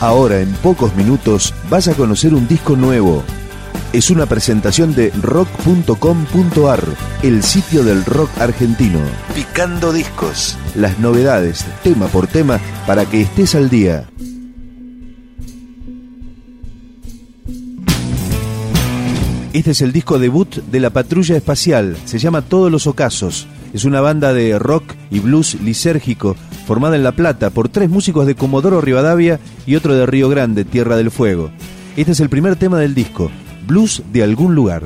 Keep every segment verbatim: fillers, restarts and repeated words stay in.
Ahora, en pocos minutos, vas a conocer un disco nuevo. Es una presentación de rock punto com punto ar, el sitio del rock argentino. Picando discos. Las novedades, tema por tema, para que estés al día. Este es el disco debut de La Patrulla Espacial. Se llama Todos los Ocasos. Es una banda de rock y blues lisérgico formada en La Plata por tres músicos de Comodoro Rivadavia y otro de Río Grande, Tierra del Fuego. Este es el primer tema del disco, Blues de algún lugar.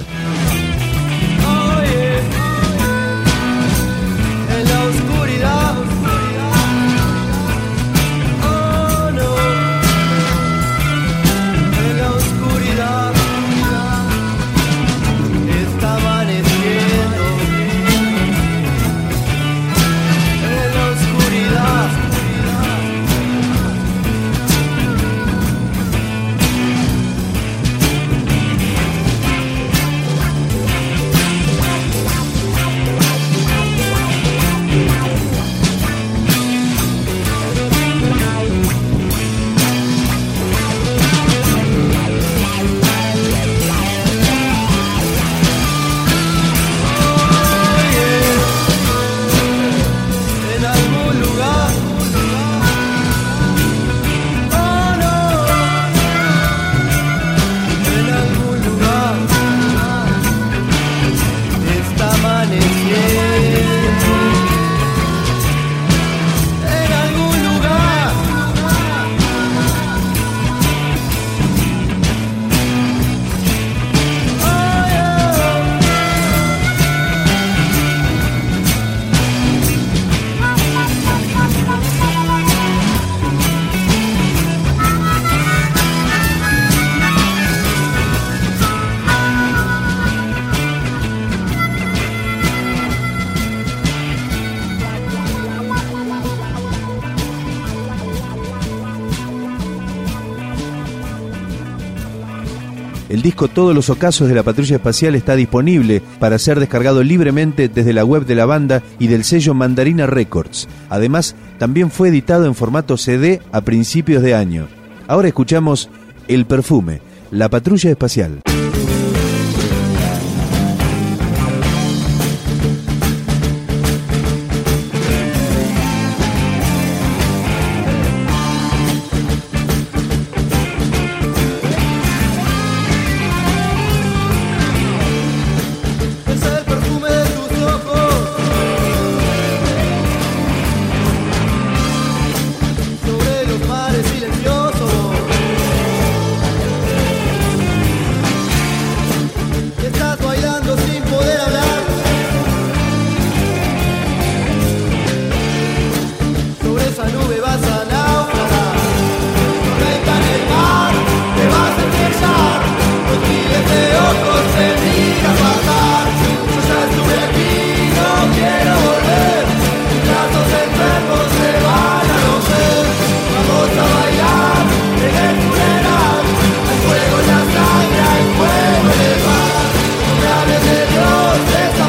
El disco Todos los Ocasos de La Patrulla Espacial está disponible para ser descargado libremente desde la web de la banda y del sello Mandarina Records. Además, también fue editado en formato C D a principios de año. Ahora escuchamos El Perfume, La Patrulla Espacial.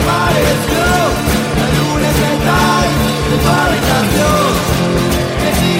Desapareció la luna que está en tu habitación.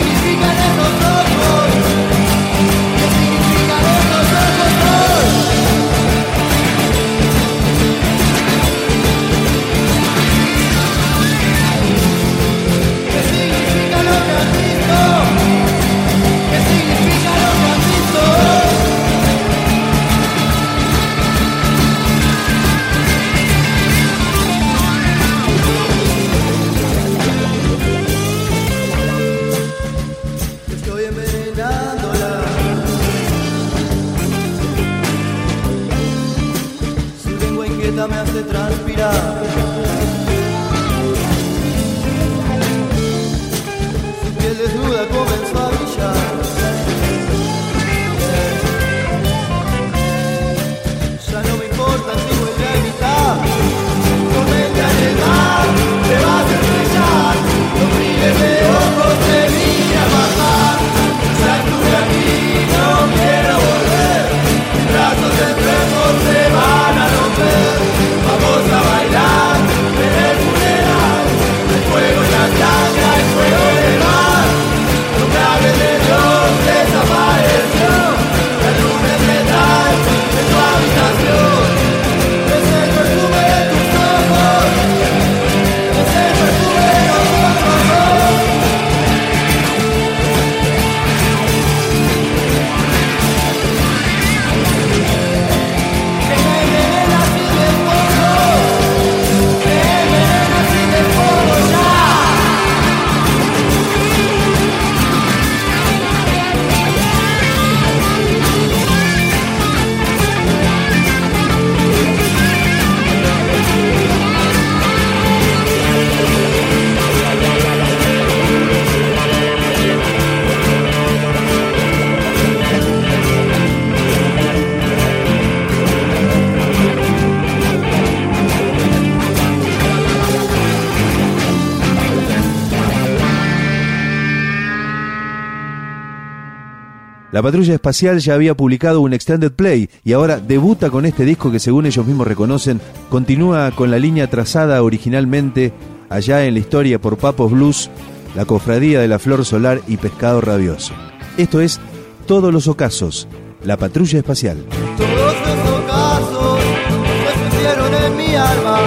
La Patrulla Espacial ya había publicado un extended play y ahora debuta con este disco que, según ellos mismos reconocen, continúa con la línea trazada originalmente allá en la historia por Papos Blues, La Cofradía de la Flor Solar y Pescado Rabioso. Esto es Todos los Ocasos, La Patrulla Espacial. Todos los ocasos me pusieron en mi alma.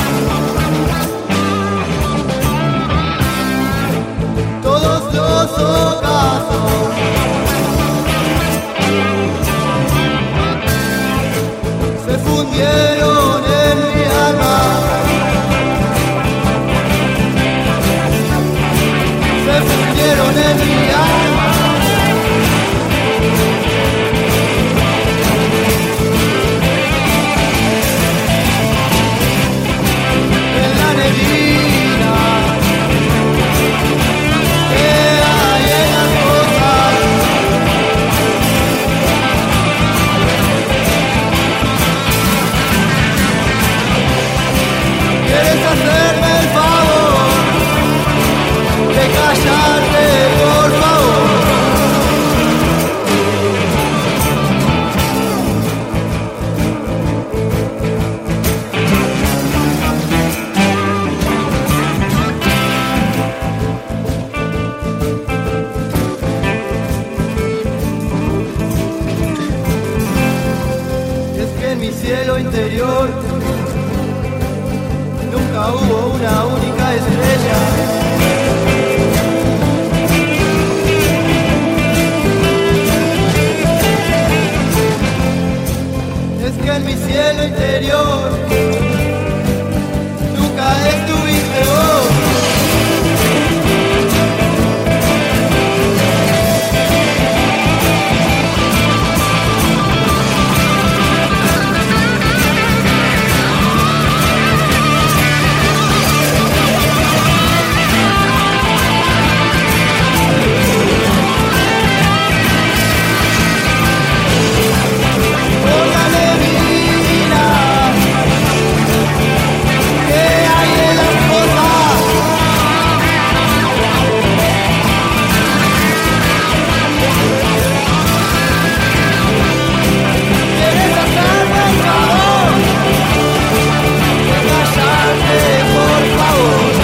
Todos los ocasos se fundieron en mi alma. Se fundieron en mi alma. En la neblina que hay en las cosas. ¿Quieres hacerme el favor de callarte, por favor? Es que en mi cielo interior nunca hubo una única estrella. Es que en mi cielo interior nunca estuviste vos. Por la neblina que hay en las cosas. ¿Quieres hacerme el favor de callarte, por favor?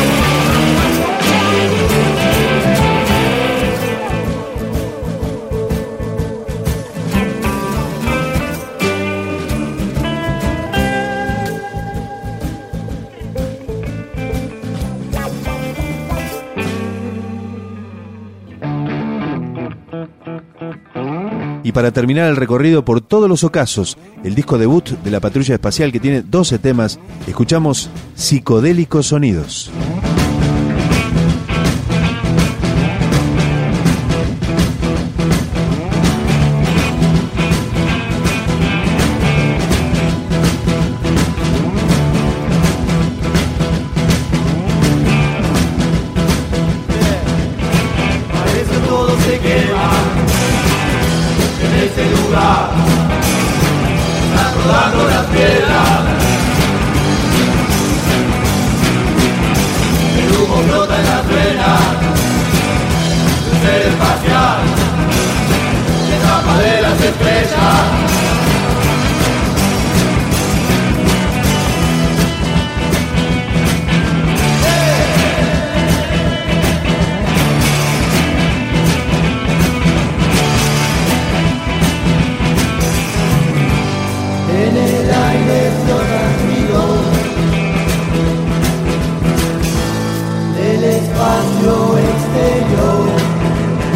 Y para terminar el recorrido por Todos los Ocasos, el disco debut de la Patrulla Espacial que tiene doce temas, escuchamos Psicodélicos Sonidos. Parece todo se quema en ese lugar. Están rodando las piedras. El humo flota en las venas. Un ser espacial que escapa de las estrellas. En el aire flotan ruidos del espacio exterior.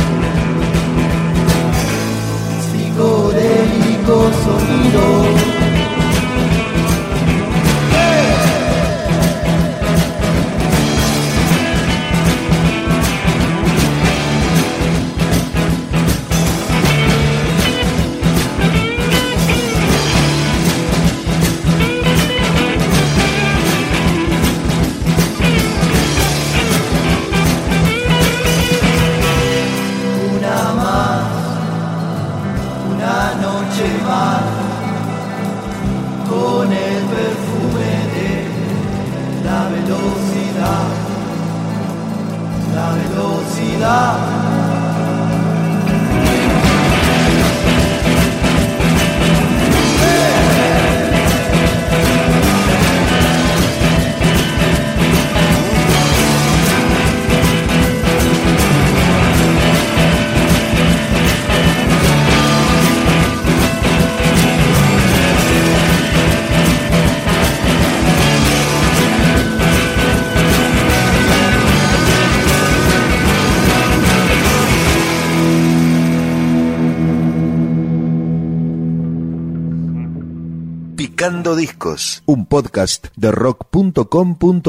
Picando Discos, un podcast de rock punto com punto